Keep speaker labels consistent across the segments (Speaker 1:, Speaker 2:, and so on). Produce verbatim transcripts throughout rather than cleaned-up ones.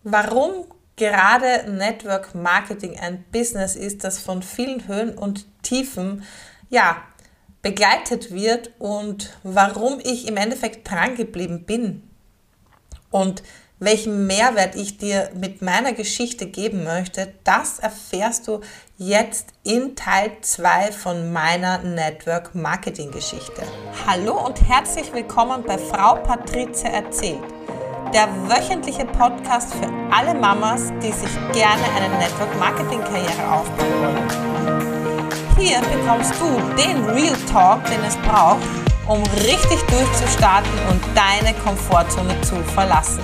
Speaker 1: warum gerade Network Marketing ein Business ist, das von vielen Höhen und Tiefen ja, begleitet wird und warum ich im Endeffekt dran geblieben bin und welchen Mehrwert ich dir mit meiner Geschichte geben möchte, das erfährst du jetzt in Teil zwei von meiner Network Marketing Geschichte. Hallo und herzlich willkommen bei Frau Patrizia erzählt, der wöchentliche Podcast für alle Mamas, die sich gerne eine Network Marketing Karriere aufbauen wollen. Hier bekommst du den Real Talk, den es braucht, um richtig durchzustarten und deine Komfortzone zu verlassen.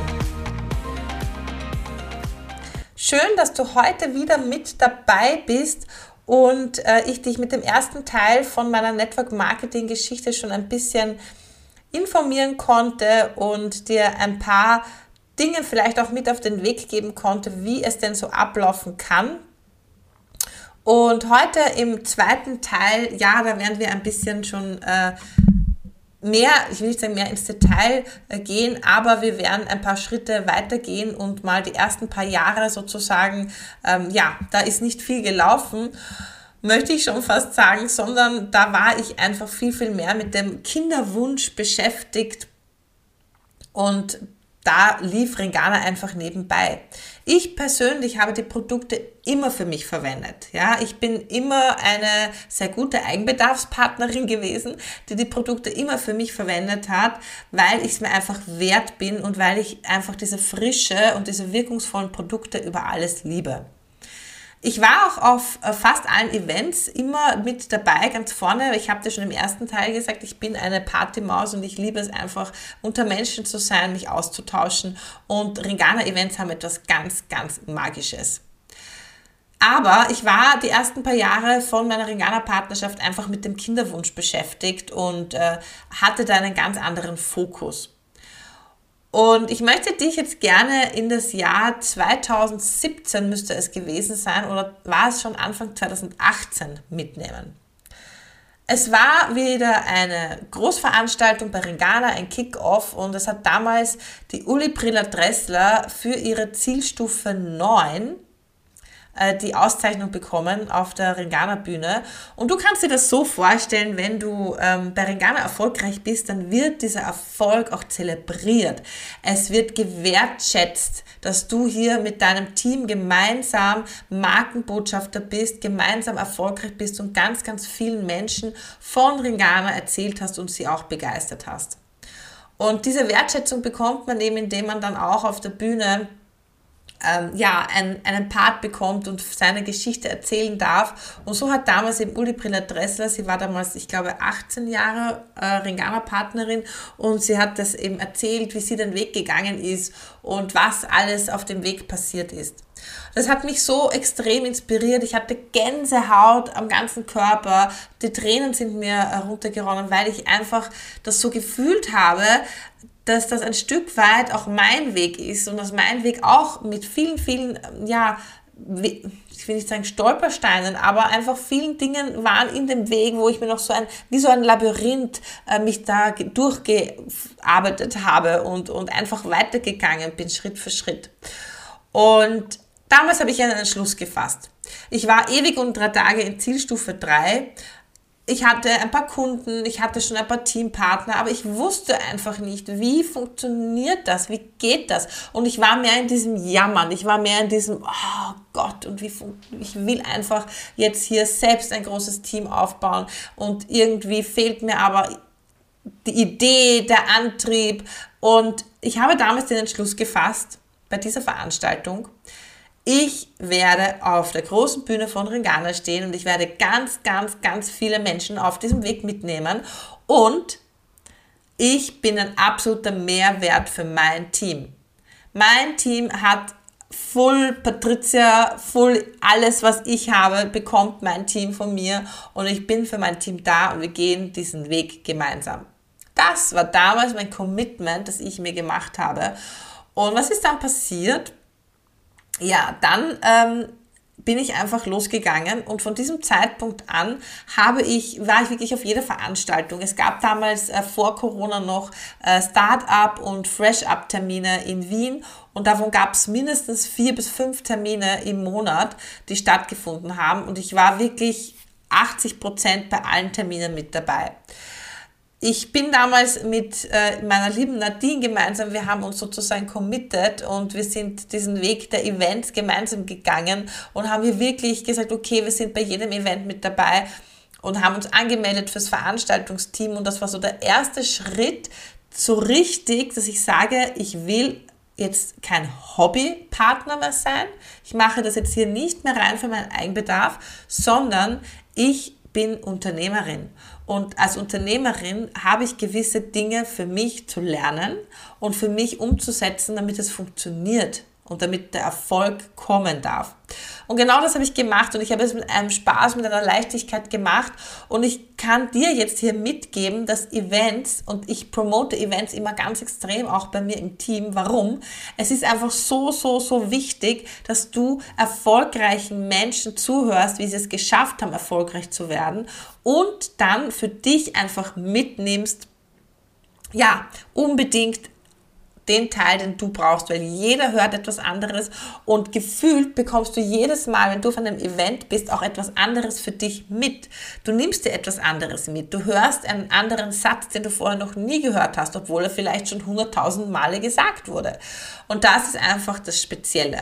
Speaker 1: Schön, dass du heute wieder mit dabei bist und äh, ich dich mit dem ersten Teil von meiner Network Marketing Geschichte schon ein bisschen informieren konnte und dir ein paar Dinge vielleicht auch mit auf den Weg geben konnte, wie es denn so ablaufen kann. Und heute im zweiten Teil, ja, da werden wir ein bisschen schon äh, mehr, ich will nicht sagen mehr ins Detail äh, gehen, aber wir werden ein paar Schritte weitergehen und mal die ersten paar Jahre sozusagen, ähm, ja, da ist nicht viel gelaufen, möchte ich schon fast sagen, sondern da war ich einfach viel, viel mehr mit dem Kinderwunsch beschäftigt und da lief Ringana einfach nebenbei. Ich persönlich habe die Produkte immer für mich verwendet. Ja, ich bin immer eine sehr gute Eigenbedarfspartnerin gewesen, die die Produkte immer für mich verwendet hat, weil ich es mir einfach wert bin und weil ich einfach diese Frische und diese wirkungsvollen Produkte über alles liebe. Ich war auch auf fast allen Events immer mit dabei, ganz vorne. Ich habe dir schon im ersten Teil gesagt, ich bin eine Partymaus und ich liebe es einfach, unter Menschen zu sein, mich auszutauschen. Und Ringana-Events haben etwas ganz, ganz Magisches. Aber ich war die ersten paar Jahre von meiner Ringana-Partnerschaft einfach mit dem Kinderwunsch beschäftigt und äh, hatte da einen ganz anderen Fokus. Und ich möchte dich jetzt gerne in das Jahr zweitausendsiebzehn müsste es gewesen sein oder war es schon Anfang zweitausendachtzehn mitnehmen. Es war wieder eine Großveranstaltung bei Ringana, ein Kick-Off und es hat damals die Uli Briller-Dressler für ihre Zielstufe neun die Auszeichnung bekommen auf der Ringana-Bühne. Und du kannst dir das so vorstellen, wenn du ähm, bei Ringana erfolgreich bist, dann wird dieser Erfolg auch zelebriert. Es wird gewertschätzt, dass du hier mit deinem Team gemeinsam Markenbotschafter bist, gemeinsam erfolgreich bist und ganz, ganz vielen Menschen von Ringana erzählt hast und sie auch begeistert hast. Und diese Wertschätzung bekommt man eben, indem man dann auch auf der Bühne Ähm, ja, ein, einen Part bekommt und seine Geschichte erzählen darf. Und so hat damals eben Uli Briller-Dressler, sie war damals, ich glaube, achtzehn Jahre äh, Ringana-Partnerin und sie hat das eben erzählt, wie sie den Weg gegangen ist und was alles auf dem Weg passiert ist. Das hat mich so extrem inspiriert. Ich hatte Gänsehaut am ganzen Körper. Die Tränen sind mir heruntergeronnen, weil ich einfach das so gefühlt habe, dass das ein Stück weit auch mein Weg ist und dass mein Weg auch mit vielen, vielen, ja, ich will nicht sagen Stolpersteinen, aber einfach vielen Dingen waren in dem Weg, wo ich mir noch so ein, wie so ein Labyrinth äh, mich da durchgearbeitet habe und, und einfach weitergegangen bin, Schritt für Schritt. Und damals habe ich einen Entschluss gefasst. Ich war ewig und drei Tage in Zielstufe drei. Ich hatte ein paar Kunden, ich hatte schon ein paar Teampartner, aber ich wusste einfach nicht, wie funktioniert das, wie geht das? Und ich war mehr in diesem Jammern, ich war mehr in diesem, oh Gott, und wie fun- ich will einfach jetzt hier selbst ein großes Team aufbauen und irgendwie fehlt mir aber die Idee, der Antrieb. Und ich habe damals den Entschluss gefasst, bei dieser Veranstaltung, ich werde auf der großen Bühne von Ringana stehen und ich werde ganz, ganz, ganz viele Menschen auf diesem Weg mitnehmen und ich bin ein absoluter Mehrwert für mein Team. Mein Team hat Full Patrizia, Full alles, was ich habe, bekommt mein Team von mir und ich bin für mein Team da und wir gehen diesen Weg gemeinsam. Das war damals mein Commitment, das ich mir gemacht habe. Und was ist dann passiert? Ja, dann ähm, bin ich einfach losgegangen und von diesem Zeitpunkt an habe ich, war ich wirklich auf jeder Veranstaltung. Es gab damals äh, vor Corona noch äh, Start-up und Fresh-up-Termine in Wien und davon gab es mindestens vier bis fünf Termine im Monat, die stattgefunden haben und ich war wirklich achtzig Prozent bei allen Terminen mit dabei. Ich bin damals mit äh, meiner lieben Nadine gemeinsam, wir haben uns sozusagen committed und wir sind diesen Weg der Events gemeinsam gegangen und haben hier wirklich gesagt, okay, wir sind bei jedem Event mit dabei und haben uns angemeldet fürs Veranstaltungsteam und das war so der erste Schritt so richtig, dass ich sage, ich will jetzt kein Hobbypartner mehr sein, ich mache das jetzt hier nicht mehr rein für meinen Eigenbedarf, sondern ich bin Unternehmerin und als Unternehmerin habe ich gewisse Dinge für mich zu lernen und für mich umzusetzen, damit es funktioniert und damit der Erfolg kommen darf. Und genau das habe ich gemacht und ich habe es mit einem Spaß, mit einer Leichtigkeit gemacht und ich kann dir jetzt hier mitgeben, dass Events, und ich promote Events immer ganz extrem, auch bei mir im Team. Warum? Es ist einfach so, so, so wichtig, dass du erfolgreichen Menschen zuhörst, wie sie es geschafft haben, erfolgreich zu werden und dann für dich einfach mitnimmst, ja, unbedingt den Teil, den du brauchst, weil jeder hört etwas anderes und gefühlt bekommst du jedes Mal, wenn du auf einem Event bist, auch etwas anderes für dich mit. Du nimmst dir etwas anderes mit. Du hörst einen anderen Satz, den du vorher noch nie gehört hast, obwohl er vielleicht schon hunderttausend Male gesagt wurde. Und das ist einfach das Spezielle.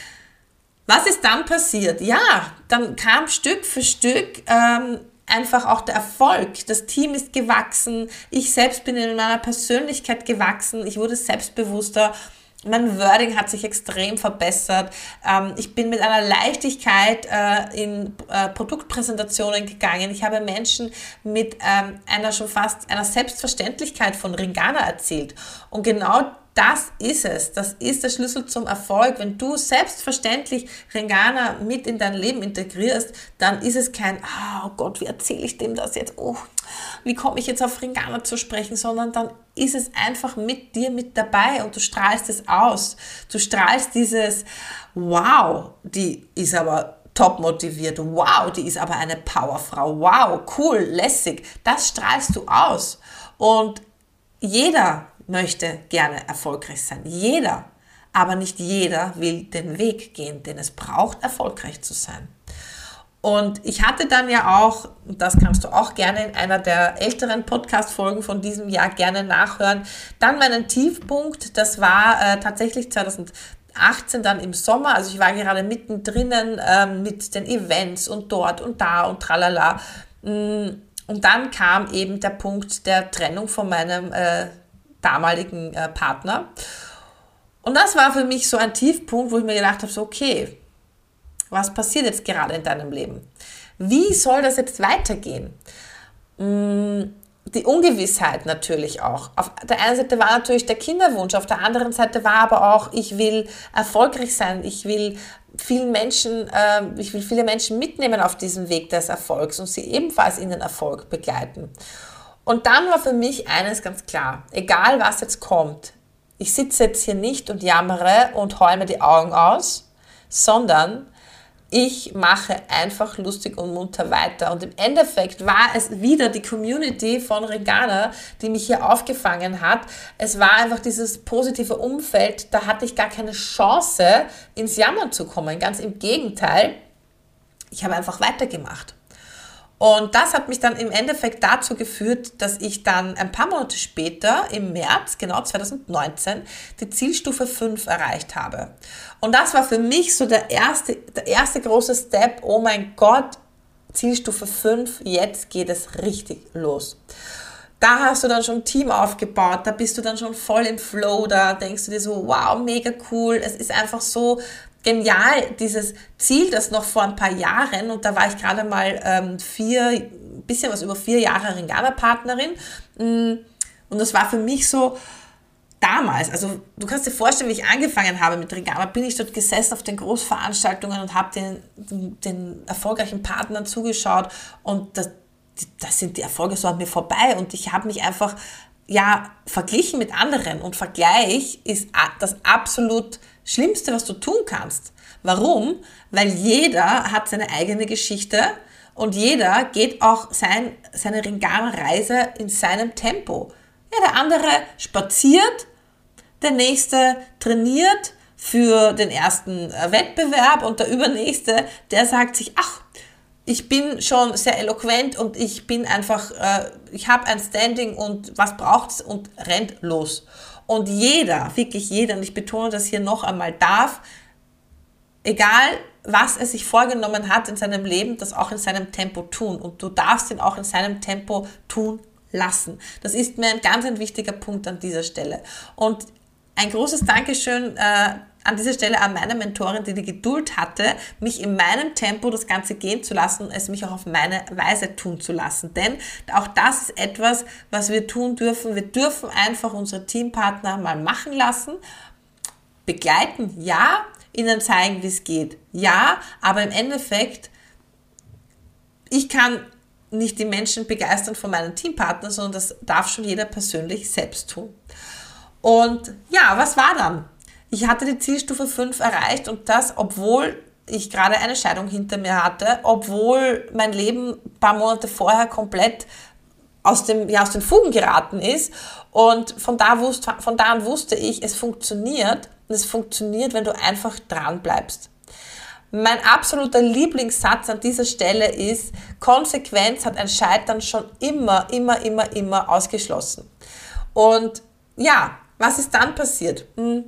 Speaker 1: Was ist dann passiert? Ja, dann kam Stück für Stück ähm, einfach auch der Erfolg. Das Team ist gewachsen. Ich selbst bin in meiner Persönlichkeit gewachsen. Ich wurde selbstbewusster. Mein Wording hat sich extrem verbessert. Ich bin mit einer Leichtigkeit in Produktpräsentationen gegangen. Ich habe Menschen mit einer schon fast einer Selbstverständlichkeit von Ringana erzählt. Und genau das ist es. Das ist der Schlüssel zum Erfolg. Wenn du selbstverständlich Ringana mit in dein Leben integrierst, dann ist es kein, oh Gott, wie erzähle ich dem das jetzt? Oh, wie komme ich jetzt auf Ringana zu sprechen? Sondern dann ist es einfach mit dir mit dabei und du strahlst es aus. Du strahlst dieses, wow, die ist aber top motiviert. Wow, die ist aber eine Powerfrau. Wow, cool, lässig. Das strahlst du aus. Und jeder möchte gerne erfolgreich sein. Jeder. Aber nicht jeder will den Weg gehen, den es braucht, erfolgreich zu sein. Und ich hatte dann ja auch, das kannst du auch gerne in einer der älteren Podcast-Folgen von diesem Jahr gerne nachhören, dann meinen Tiefpunkt, das war äh, tatsächlich zweitausendachtzehn dann im Sommer, also ich war gerade mittendrin ähm, mit den Events und dort und da und tralala. Und dann kam eben der Punkt der Trennung von meinem äh, damaligen äh, Partner. Und das war für mich so ein Tiefpunkt, wo ich mir gedacht habe, so okay, was passiert jetzt gerade in deinem Leben? Wie soll das jetzt weitergehen? Die Ungewissheit natürlich auch. Auf der einen Seite war natürlich der Kinderwunsch, auf der anderen Seite war aber auch, ich will erfolgreich sein, ich will vielen Menschen, äh, ich will viele Menschen mitnehmen auf diesem Weg des Erfolgs und sie ebenfalls in den Erfolg begleiten. Und dann war für mich eines ganz klar, egal was jetzt kommt, ich sitze jetzt hier nicht und jammere und heule mir die Augen aus, sondern ich mache einfach lustig und munter weiter. Und im Endeffekt war es wieder die Community von Ringana, die mich hier aufgefangen hat. Es war einfach dieses positive Umfeld, da hatte ich gar keine Chance, ins Jammern zu kommen. Ganz im Gegenteil, ich habe einfach weitergemacht. Und das hat mich dann im Endeffekt dazu geführt, dass ich dann ein paar Monate später, im März, genau zweitausendneunzehn, die Zielstufe fünf erreicht habe. Und das war für mich so der erste, der erste große Step, oh mein Gott, Zielstufe fünf, jetzt geht es richtig los. Da hast du dann schon ein Team aufgebaut, da bist du dann schon voll im Flow, da denkst du dir so, wow, mega cool, es ist einfach so genial, dieses Ziel, das noch vor ein paar Jahren, und da war ich gerade mal ähm, vier, bisschen was über vier Jahre Ringana-Partnerin, und das war für mich so damals, also du kannst dir vorstellen, wie ich angefangen habe mit Ringana, bin ich dort gesessen auf den Großveranstaltungen und habe den, den, den erfolgreichen Partnern zugeschaut und das, das sind die Erfolge so an mir vorbei und ich habe mich einfach ja verglichen mit anderen und Vergleich ist das absolut Schlimmste, was du tun kannst. Warum? Weil jeder hat seine eigene Geschichte und jeder geht auch sein, seine Ringana-Reise in seinem Tempo. Ja, der andere spaziert, der nächste trainiert für den ersten Wettbewerb und der übernächste, der sagt sich, ach, ich bin schon sehr eloquent und ich bin einfach, äh, ich habe ein Standing und was braucht's und rennt los. Und jeder, wirklich jeder, und ich betone das hier noch einmal, darf, egal was er sich vorgenommen hat in seinem Leben, das auch in seinem Tempo tun. Und du darfst ihn auch in seinem Tempo tun lassen. Das ist mir ein ganz ein wichtiger Punkt an dieser Stelle. Und ein großes Dankeschön äh, an dieser Stelle an meine Mentorin, die die Geduld hatte, mich in meinem Tempo das Ganze gehen zu lassen und es mich auch auf meine Weise tun zu lassen. Denn auch das ist etwas, was wir tun dürfen. Wir dürfen einfach unsere Teampartner mal machen lassen, begleiten, ja, ihnen zeigen, wie es geht, ja, aber im Endeffekt, ich kann nicht die Menschen begeistern von meinen Teampartnern, sondern das darf schon jeder persönlich selbst tun. Und ja, was war dann? Ich hatte die Zielstufe fünf erreicht und das, obwohl ich gerade eine Scheidung hinter mir hatte, obwohl mein Leben ein paar Monate vorher komplett aus, dem, ja, aus den Fugen geraten ist. Und von da, wusste, von da an wusste ich, es funktioniert. Und es funktioniert, wenn du einfach dran bleibst. Mein absoluter Lieblingssatz an dieser Stelle ist, Konsequenz hat ein Scheitern schon immer, immer, immer, immer ausgeschlossen. Und ja, was ist dann passiert? Hm.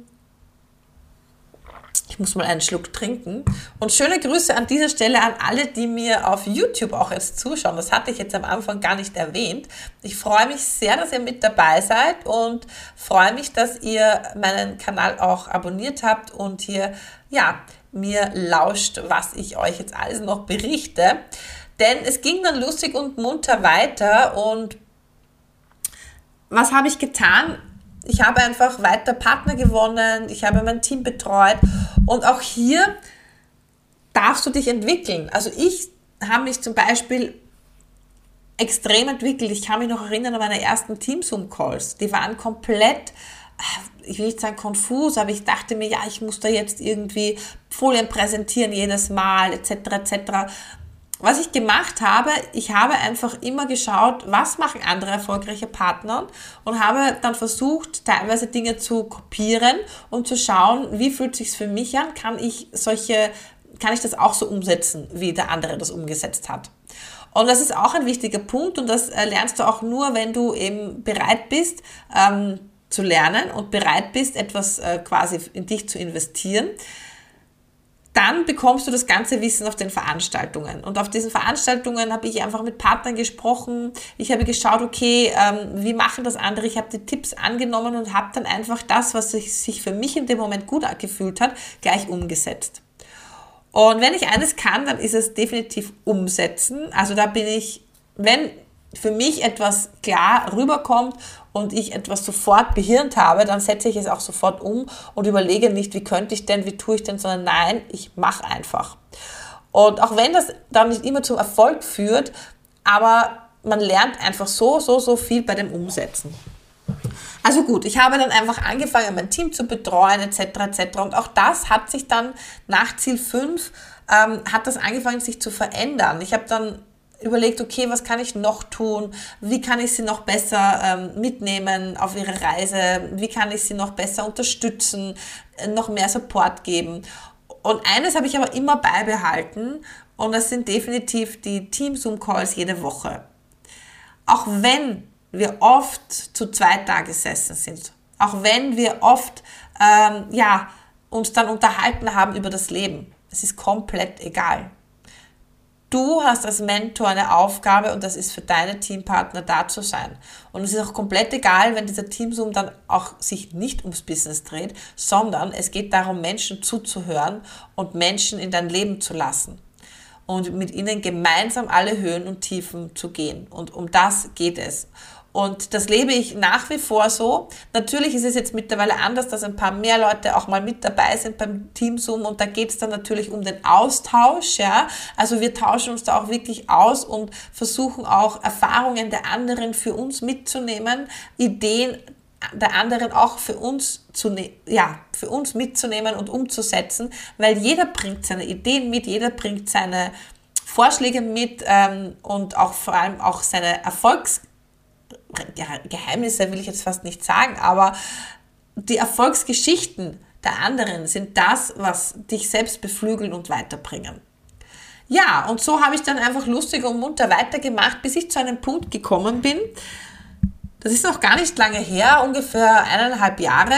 Speaker 1: Ich muss mal einen Schluck trinken. Und schöne Grüße an dieser Stelle an alle, die mir auf YouTube auch jetzt zuschauen. Das hatte ich jetzt am Anfang gar nicht erwähnt. Ich freue mich sehr, dass ihr mit dabei seid und freue mich, dass ihr meinen Kanal auch abonniert habt und hier, ja, mir lauscht, was ich euch jetzt alles noch berichte. Denn es ging dann lustig und munter weiter und was habe ich getan? Ich habe einfach weiter Partner gewonnen, ich habe mein Team betreut und auch hier darfst du dich entwickeln. Also ich habe mich zum Beispiel extrem entwickelt. Ich kann mich noch erinnern an meine ersten Team-Zoom-Calls. Die waren komplett, ich will nicht sagen konfus, aber ich dachte mir, ja, ich muss da jetzt irgendwie Folien präsentieren jedes Mal, et cetera et cetera. Was ich gemacht habe, ich habe einfach immer geschaut, was machen andere erfolgreiche Partner und habe dann versucht, teilweise Dinge zu kopieren und zu schauen, wie fühlt es sich für mich an, kann ich solche, kann ich das auch so umsetzen, wie der andere das umgesetzt hat. Und das ist auch ein wichtiger Punkt und das lernst du auch nur, wenn du eben bereit bist, ähm, zu lernen und bereit bist, etwas äh, quasi in dich zu investieren. Dann bekommst du das ganze Wissen auf den Veranstaltungen. Und auf diesen Veranstaltungen habe ich einfach mit Partnern gesprochen. Ich habe geschaut, okay, ähm, wie machen das andere? Ich habe die Tipps angenommen und habe dann einfach das, was sich, sich für mich in dem Moment gut angefühlt hat, gleich umgesetzt. Und wenn ich eines kann, dann ist es definitiv umsetzen. Also da bin ich, wenn für mich etwas klar rüberkommt und ich etwas sofort behirnt habe, dann setze ich es auch sofort um und überlege nicht, wie könnte ich denn, wie tue ich denn, sondern nein, ich mache einfach. Und auch wenn das dann nicht immer zum Erfolg führt, aber man lernt einfach so, so, so viel bei dem Umsetzen. Also gut, ich habe dann einfach angefangen, mein Team zu betreuen, et cetera et cetera. Und auch das hat sich dann nach Ziel fünf, ähm, hat das angefangen, sich zu verändern. Ich habe dann überlegt, okay, was kann ich noch tun? Wie kann ich sie noch besser ähm, mitnehmen auf ihre Reise? Wie kann ich sie noch besser unterstützen? Äh, noch mehr Support geben? Und eines habe ich aber immer beibehalten und das sind definitiv die Team-Zoom-Calls jede Woche. Auch wenn wir oft zu zweit da gesessen sind, auch wenn wir oft ähm, ja, uns dann unterhalten haben über das Leben, es ist komplett egal. Du hast als Mentor eine Aufgabe und das ist für deine Teampartner da zu sein. Und es ist auch komplett egal, wenn dieser Teamzoom dann auch sich nicht ums Business dreht, sondern es geht darum, Menschen zuzuhören und Menschen in dein Leben zu lassen. Und mit ihnen gemeinsam alle Höhen und Tiefen zu gehen. Und um das geht es. Und das lebe ich nach wie vor so. Natürlich ist es jetzt mittlerweile anders, dass ein paar mehr Leute auch mal mit dabei sind beim Teamzoom und da geht es dann natürlich um den Austausch. Ja? Also wir tauschen uns da auch wirklich aus und versuchen auch Erfahrungen der anderen für uns mitzunehmen, Ideen der anderen auch für uns zu ne- ja, für uns mitzunehmen und umzusetzen, weil jeder bringt seine Ideen mit, jeder bringt seine Vorschläge mit ähm, und auch vor allem auch seine Erfolgsgeheimnisse, will ich jetzt fast nicht sagen, aber die Erfolgsgeschichten der anderen sind das, was dich selbst beflügeln und weiterbringen. Ja, und so habe ich dann einfach lustig und munter weitergemacht, bis ich zu einem Punkt gekommen bin. Das ist noch gar nicht lange her, ungefähr eineinhalb Jahre,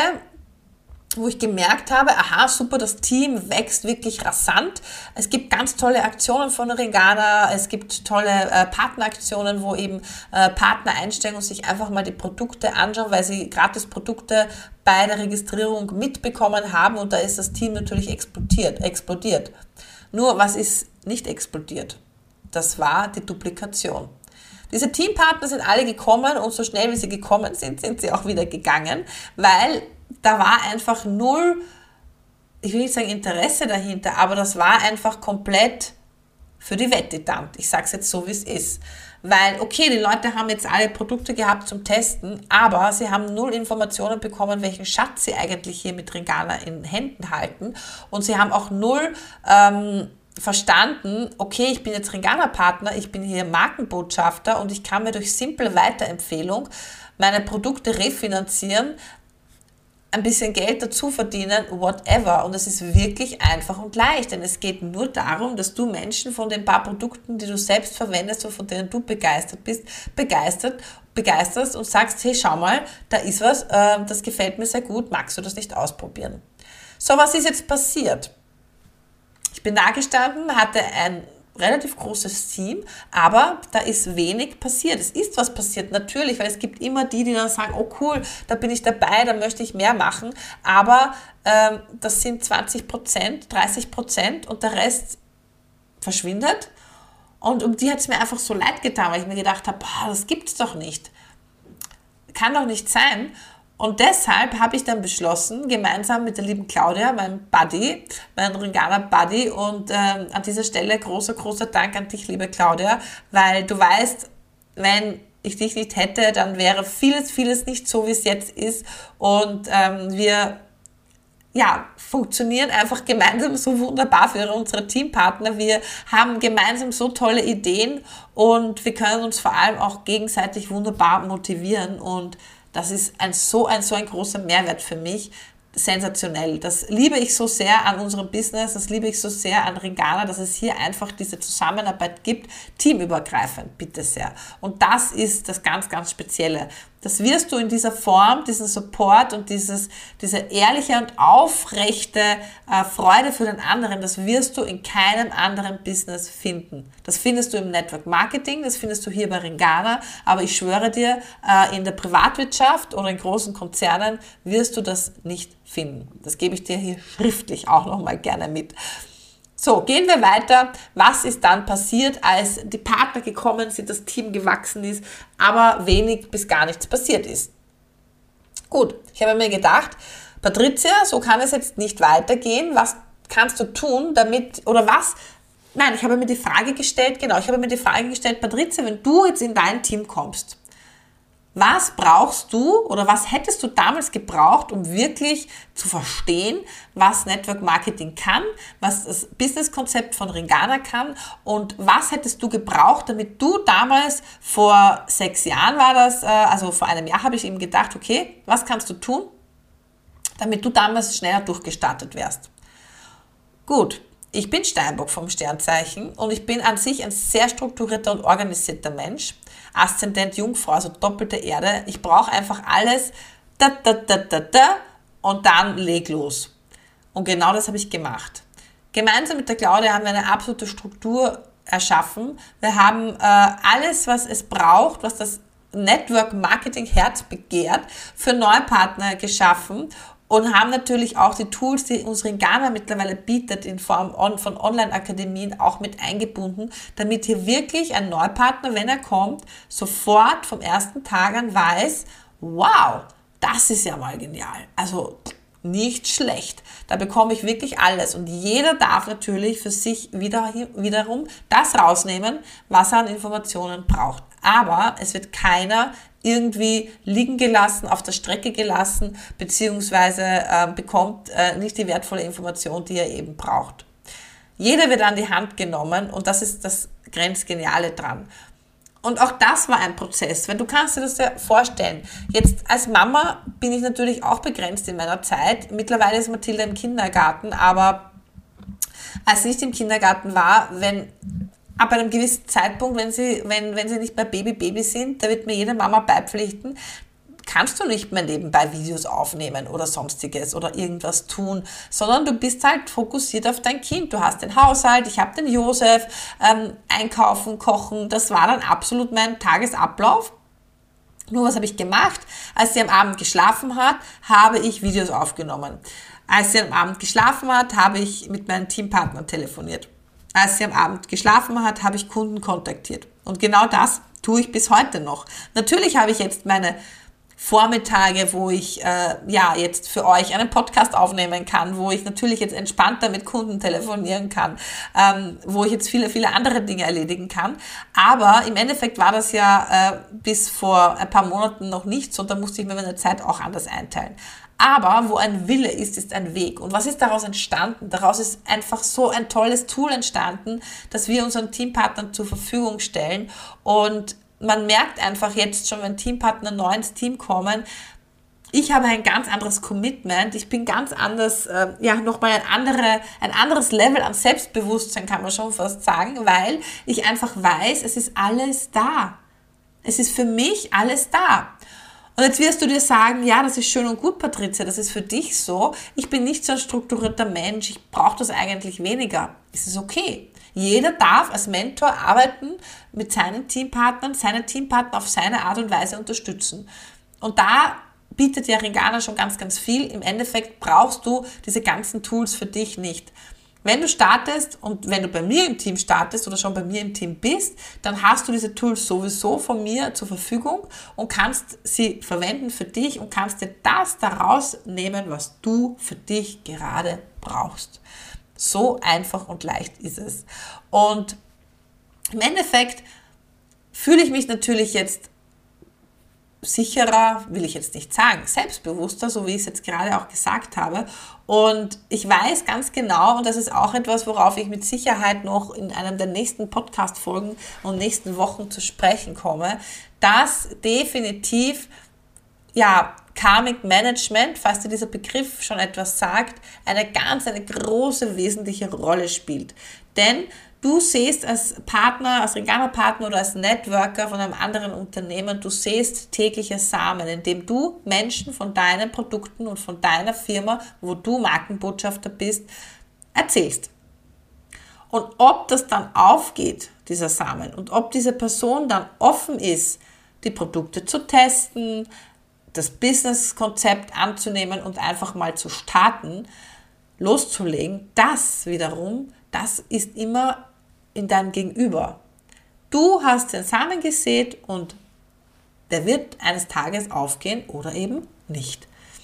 Speaker 1: wo ich gemerkt habe, aha, super, das Team wächst wirklich rasant. Es gibt ganz tolle Aktionen von Ringana, es gibt tolle äh, Partneraktionen, wo eben äh, Partner einsteigen und sich einfach mal die Produkte anschauen, weil sie gratis Produkte bei der Registrierung mitbekommen haben und da ist das Team natürlich explodiert. explodiert. Nur, was ist nicht explodiert? Das war die Duplikation. Diese Teampartner sind alle gekommen und so schnell wie sie gekommen sind, sind sie auch wieder gegangen, weil da war einfach null, ich will nicht sagen Interesse dahinter, aber das war einfach komplett für die Wette verdammt. Ich sage es jetzt so, wie es ist. Weil, okay, die Leute haben jetzt alle Produkte gehabt zum Testen, aber sie haben null Informationen bekommen, welchen Schatz sie eigentlich hier mit Ringana in Händen halten und sie haben auch null ähm, verstanden, okay, ich bin jetzt Ringana-Partner, ich bin hier Markenbotschafter und ich kann mir durch simple Weiterempfehlung meine Produkte refinanzieren, ein bisschen Geld dazu verdienen, whatever. Und es ist wirklich einfach und leicht, denn es geht nur darum, dass du Menschen von den paar Produkten, die du selbst verwendest und von denen du begeistert bist, begeistert, begeisterst und sagst, hey, schau mal, da ist was, äh, das gefällt mir sehr gut, magst du das nicht ausprobieren? So, was ist jetzt passiert? Ich bin da gestanden, hatte ein relativ großes Team, aber da ist wenig passiert. Es ist was passiert, natürlich, weil es gibt immer die, die dann sagen, oh cool, da bin ich dabei, da möchte ich mehr machen, aber ähm, das sind zwanzig Prozent, dreißig Prozent und der Rest verschwindet und um die hat es mir einfach so leid getan, weil ich mir gedacht habe, boah, das gibt's doch nicht. Kann doch nicht sein. Und deshalb habe ich dann beschlossen, gemeinsam mit der lieben Claudia, meinem Buddy, meinem Ringana Buddy, und ähm, an dieser Stelle großer, großer Dank an dich, liebe Claudia, weil du weißt, wenn ich dich nicht hätte, dann wäre vieles, vieles nicht so, wie es jetzt ist. Und ähm, wir ja, funktionieren einfach gemeinsam so wunderbar für unsere Teampartner. Wir haben gemeinsam so tolle Ideen und wir können uns vor allem auch gegenseitig wunderbar motivieren und das ist ein so, ein so ein großer Mehrwert für mich. Sensationell. Das liebe ich so sehr an unserem Business, das liebe ich so sehr an Ringana, dass es hier einfach diese Zusammenarbeit gibt, teamübergreifend, bitte sehr. Und das ist das ganz, ganz Spezielle. Das wirst du in dieser Form, diesen Support und dieses, diese ehrliche und aufrechte äh, Freude für den anderen, das wirst du in keinem anderen Business finden. Das findest du im Network Marketing, das findest du hier bei Ringana, aber ich schwöre dir, äh, in der Privatwirtschaft oder in großen Konzernen wirst du das nicht finden. Das gebe ich dir hier schriftlich auch nochmal gerne mit. So, gehen wir weiter. Was ist dann passiert, als die Partner gekommen sind, das Team gewachsen ist, aber wenig bis gar nichts passiert ist? Gut, ich habe mir gedacht, Patricia, so kann es jetzt nicht weitergehen. Was kannst du tun, damit, oder was? Nein, ich habe mir die Frage gestellt, genau, ich habe mir die Frage gestellt, Patricia, wenn du jetzt in dein Team kommst, was brauchst du oder was hättest du damals gebraucht, um wirklich zu verstehen, was Network Marketing kann, was das Businesskonzept von Ringana kann und was hättest du gebraucht, damit du damals, vor sechs Jahren war das, also vor einem Jahr habe ich eben gedacht, okay, was kannst du tun, damit du damals schneller durchgestartet wärst? Gut. Ich bin Steinbock vom Sternzeichen und ich bin an sich ein sehr strukturierter und organisierter Mensch. Aszendent Jungfrau, also doppelte Erde. Ich brauche einfach alles da, da, da, da, da und dann leg los. Und genau das habe ich gemacht. Gemeinsam mit der Claudia haben wir eine absolute Struktur erschaffen. Wir haben äh, alles, was es braucht, was das Network Marketing Herz begehrt, für Neupartner geschaffen. Und haben natürlich auch die Tools, die uns Ringana mittlerweile bietet, in Form von Online-Akademien auch mit eingebunden, damit hier wirklich ein Neupartner, wenn er kommt, sofort vom ersten Tag an weiß, wow, das ist ja mal genial. Also nicht schlecht. Da bekomme ich wirklich alles. Und jeder darf natürlich für sich wieder, wiederum das rausnehmen, was er an Informationen braucht. Aber es wird keiner irgendwie liegen gelassen, auf der Strecke gelassen, beziehungsweise äh, bekommt äh, nicht die wertvolle Information, die er eben braucht. Jeder wird an die Hand genommen und das ist das Grenzgeniale dran. Und auch das war ein Prozess, weil du kannst dir das ja vorstellen. Jetzt als Mama bin ich natürlich auch begrenzt in meiner Zeit. Mittlerweile ist Mathilda im Kindergarten, aber als sie nicht im Kindergarten war, wenn ab einem gewissen Zeitpunkt, wenn sie, wenn, wenn sie nicht mehr Baby, Baby sind, da wird mir jede Mama beipflichten, kannst du nicht mehr nebenbei Videos aufnehmen oder sonstiges oder irgendwas tun, sondern du bist halt fokussiert auf dein Kind. Du hast den Haushalt, ich habe den Josef, ähm, einkaufen, kochen, das war dann absolut mein Tagesablauf. Nur was habe ich gemacht? Als sie am Abend geschlafen hat, habe ich Videos aufgenommen. Als sie am Abend geschlafen hat, habe ich mit meinen Teampartnern telefoniert. Als sie am Abend geschlafen hat, habe ich Kunden kontaktiert. Und genau das tue ich bis heute noch. Natürlich habe ich jetzt meine Vormittage, wo ich äh, ja jetzt für euch einen Podcast aufnehmen kann, wo ich natürlich jetzt entspannter mit Kunden telefonieren kann, ähm, wo ich jetzt viele, viele andere Dinge erledigen kann. Aber im Endeffekt war das ja äh, bis vor ein paar Monaten noch nicht so und da musste ich mir meine Zeit auch anders einteilen. Aber wo ein Wille ist, ist ein Weg. Und was ist daraus entstanden? Daraus ist einfach so ein tolles Tool entstanden, das wir unseren Teampartnern zur Verfügung stellen. Und man merkt einfach jetzt schon, wenn Teampartner neu ins Team kommen, ich habe ein ganz anderes Commitment, ich bin ganz anders, äh, ja, nochmal ein, andere, ein anderes Level an Selbstbewusstsein, kann man schon fast sagen, weil ich einfach weiß, es ist alles da. Es ist für mich alles da. Und jetzt wirst du dir sagen, ja, das ist schön und gut, Patricia, das ist für dich so. Ich bin nicht so ein strukturierter Mensch, ich brauche das eigentlich weniger. Es ist okay. Jeder darf als Mentor arbeiten mit seinen Teampartnern, seine Teampartner auf seine Art und Weise unterstützen. Und da bietet ja Ringana schon ganz, ganz viel. Im Endeffekt brauchst du diese ganzen Tools für dich nicht. Wenn du startest und wenn du bei mir im Team startest oder schon bei mir im Team bist, dann hast du diese Tools sowieso von mir zur Verfügung und kannst sie verwenden für dich und kannst dir das daraus nehmen, was du für dich gerade brauchst. So einfach und leicht ist es. Und im Endeffekt fühle ich mich natürlich jetzt sicherer, will ich jetzt nicht sagen, selbstbewusster, so wie ich es jetzt gerade auch gesagt habe. Und ich weiß ganz genau, und das ist auch etwas, worauf ich mit Sicherheit noch in einem der nächsten Podcast-Folgen und nächsten Wochen zu sprechen komme, dass definitiv, ja, Karmic Management, falls dir dieser Begriff schon etwas sagt, eine ganz, eine große, wesentliche Rolle spielt. Denn du siehst als Partner, als Ringana-Partner oder als Networker von einem anderen Unternehmen, du siehst tägliche Samen, indem du Menschen von deinen Produkten und von deiner Firma, wo du Markenbotschafter bist, erzählst. Und ob das dann aufgeht, dieser Samen, und ob diese Person dann offen ist, die Produkte zu testen, das Business-Konzept anzunehmen und einfach mal zu starten, loszulegen, das wiederum, das ist immer in deinem Gegenüber. Du hast den Samen gesät und der wird eines Tages aufgehen oder eben nicht.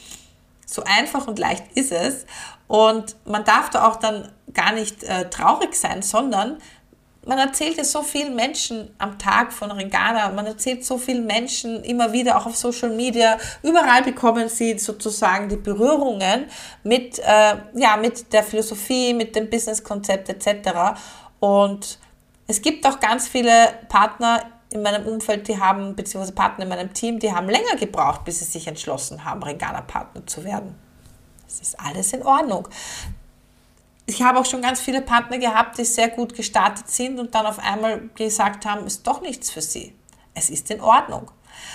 Speaker 1: So einfach und leicht ist es und man darf da auch dann gar nicht äh, traurig sein, sondern man erzählt ja so vielen Menschen am Tag von Ringana, man erzählt so vielen Menschen immer wieder, auch auf Social Media, überall bekommen sie sozusagen die Berührungen mit, äh, ja, mit der Philosophie, mit dem Businesskonzept et cetera. Und es gibt auch ganz viele Partner in meinem Umfeld, die haben, beziehungsweise Partner in meinem Team, die haben länger gebraucht, bis sie sich entschlossen haben, Ringana-Partner zu werden. Das ist alles in Ordnung. Ich habe auch schon ganz viele Partner gehabt, die sehr gut gestartet sind und dann auf einmal gesagt haben, ist doch nichts für sie. Es ist in Ordnung.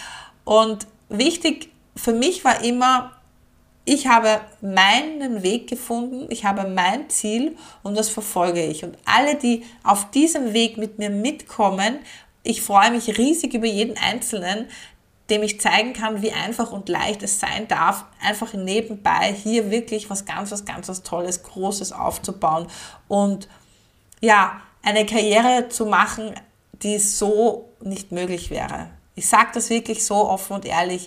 Speaker 1: Und wichtig für mich war immer, ich habe meinen Weg gefunden, ich habe mein Ziel und das verfolge ich. Und alle, die auf diesem Weg mit mir mitkommen, ich freue mich riesig über jeden Einzelnen, dem ich zeigen kann, wie einfach und leicht es sein darf, einfach nebenbei hier wirklich was ganz, was ganz was Tolles, Großes aufzubauen und ja, eine Karriere zu machen, die so nicht möglich wäre. Ich sage das wirklich so offen und ehrlich.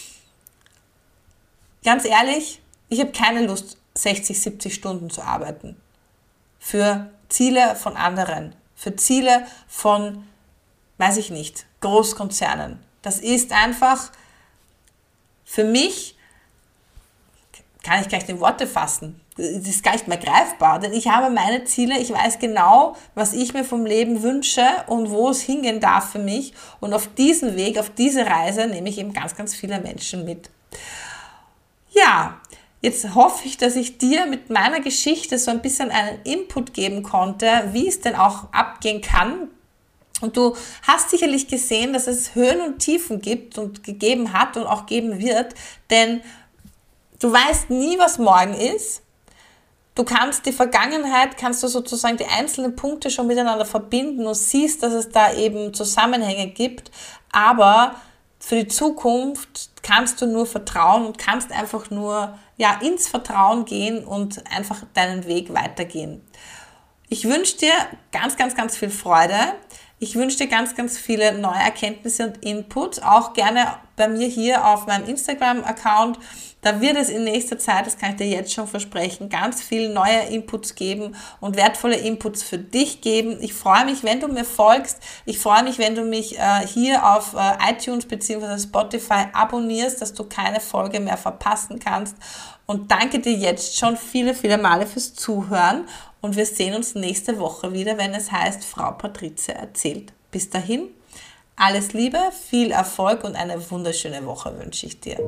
Speaker 1: Ganz ehrlich, ich habe keine Lust, sechzig, siebzig Stunden zu arbeiten. Für Ziele von anderen, für Ziele von, weiß ich nicht, Großkonzernen. Das ist einfach für mich, kann ich gleich in Worte fassen, das ist gar nicht mehr greifbar, denn ich habe meine Ziele, ich weiß genau, was ich mir vom Leben wünsche und wo es hingehen darf für mich, und auf diesen Weg, auf diese Reise nehme ich eben ganz, ganz viele Menschen mit. Ja, jetzt hoffe ich, dass ich dir mit meiner Geschichte so ein bisschen einen Input geben konnte, wie es denn auch abgehen kann. Und du hast sicherlich gesehen, dass es Höhen und Tiefen gibt und gegeben hat und auch geben wird, denn du weißt nie, was morgen ist. Du kannst die Vergangenheit, kannst du sozusagen die einzelnen Punkte schon miteinander verbinden und siehst, dass es da eben Zusammenhänge gibt, aber für die Zukunft kannst du nur vertrauen und kannst einfach nur ja, ins Vertrauen gehen und einfach deinen Weg weitergehen. Ich wünsche dir ganz, ganz, ganz viel Freude. Ich wünsche dir ganz, ganz viele neue Erkenntnisse und Inputs, auch gerne bei mir hier auf meinem Instagram-Account. Da wird es in nächster Zeit, das kann ich dir jetzt schon versprechen, ganz viele neue Inputs geben und wertvolle Inputs für dich geben. Ich freue mich, wenn du mir folgst. Ich freue mich, wenn du mich äh, hier auf äh, iTunes bzw. Spotify abonnierst, dass du keine Folge mehr verpassen kannst. Und danke dir jetzt schon viele, viele Male fürs Zuhören. Und wir sehen uns nächste Woche wieder, wenn es heißt, Frau Patrizia erzählt. Bis dahin, alles Liebe, viel Erfolg und eine wunderschöne Woche wünsche ich dir.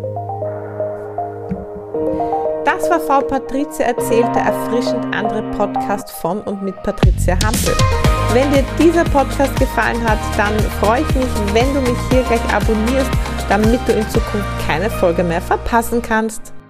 Speaker 1: Das war Frau Patrizia erzählt, der erfrischend andere Podcast von und mit Patrizia Hampel. Wenn dir dieser Podcast gefallen hat, dann freue ich mich, wenn du mich hier gleich abonnierst, damit du in Zukunft keine Folge mehr verpassen kannst.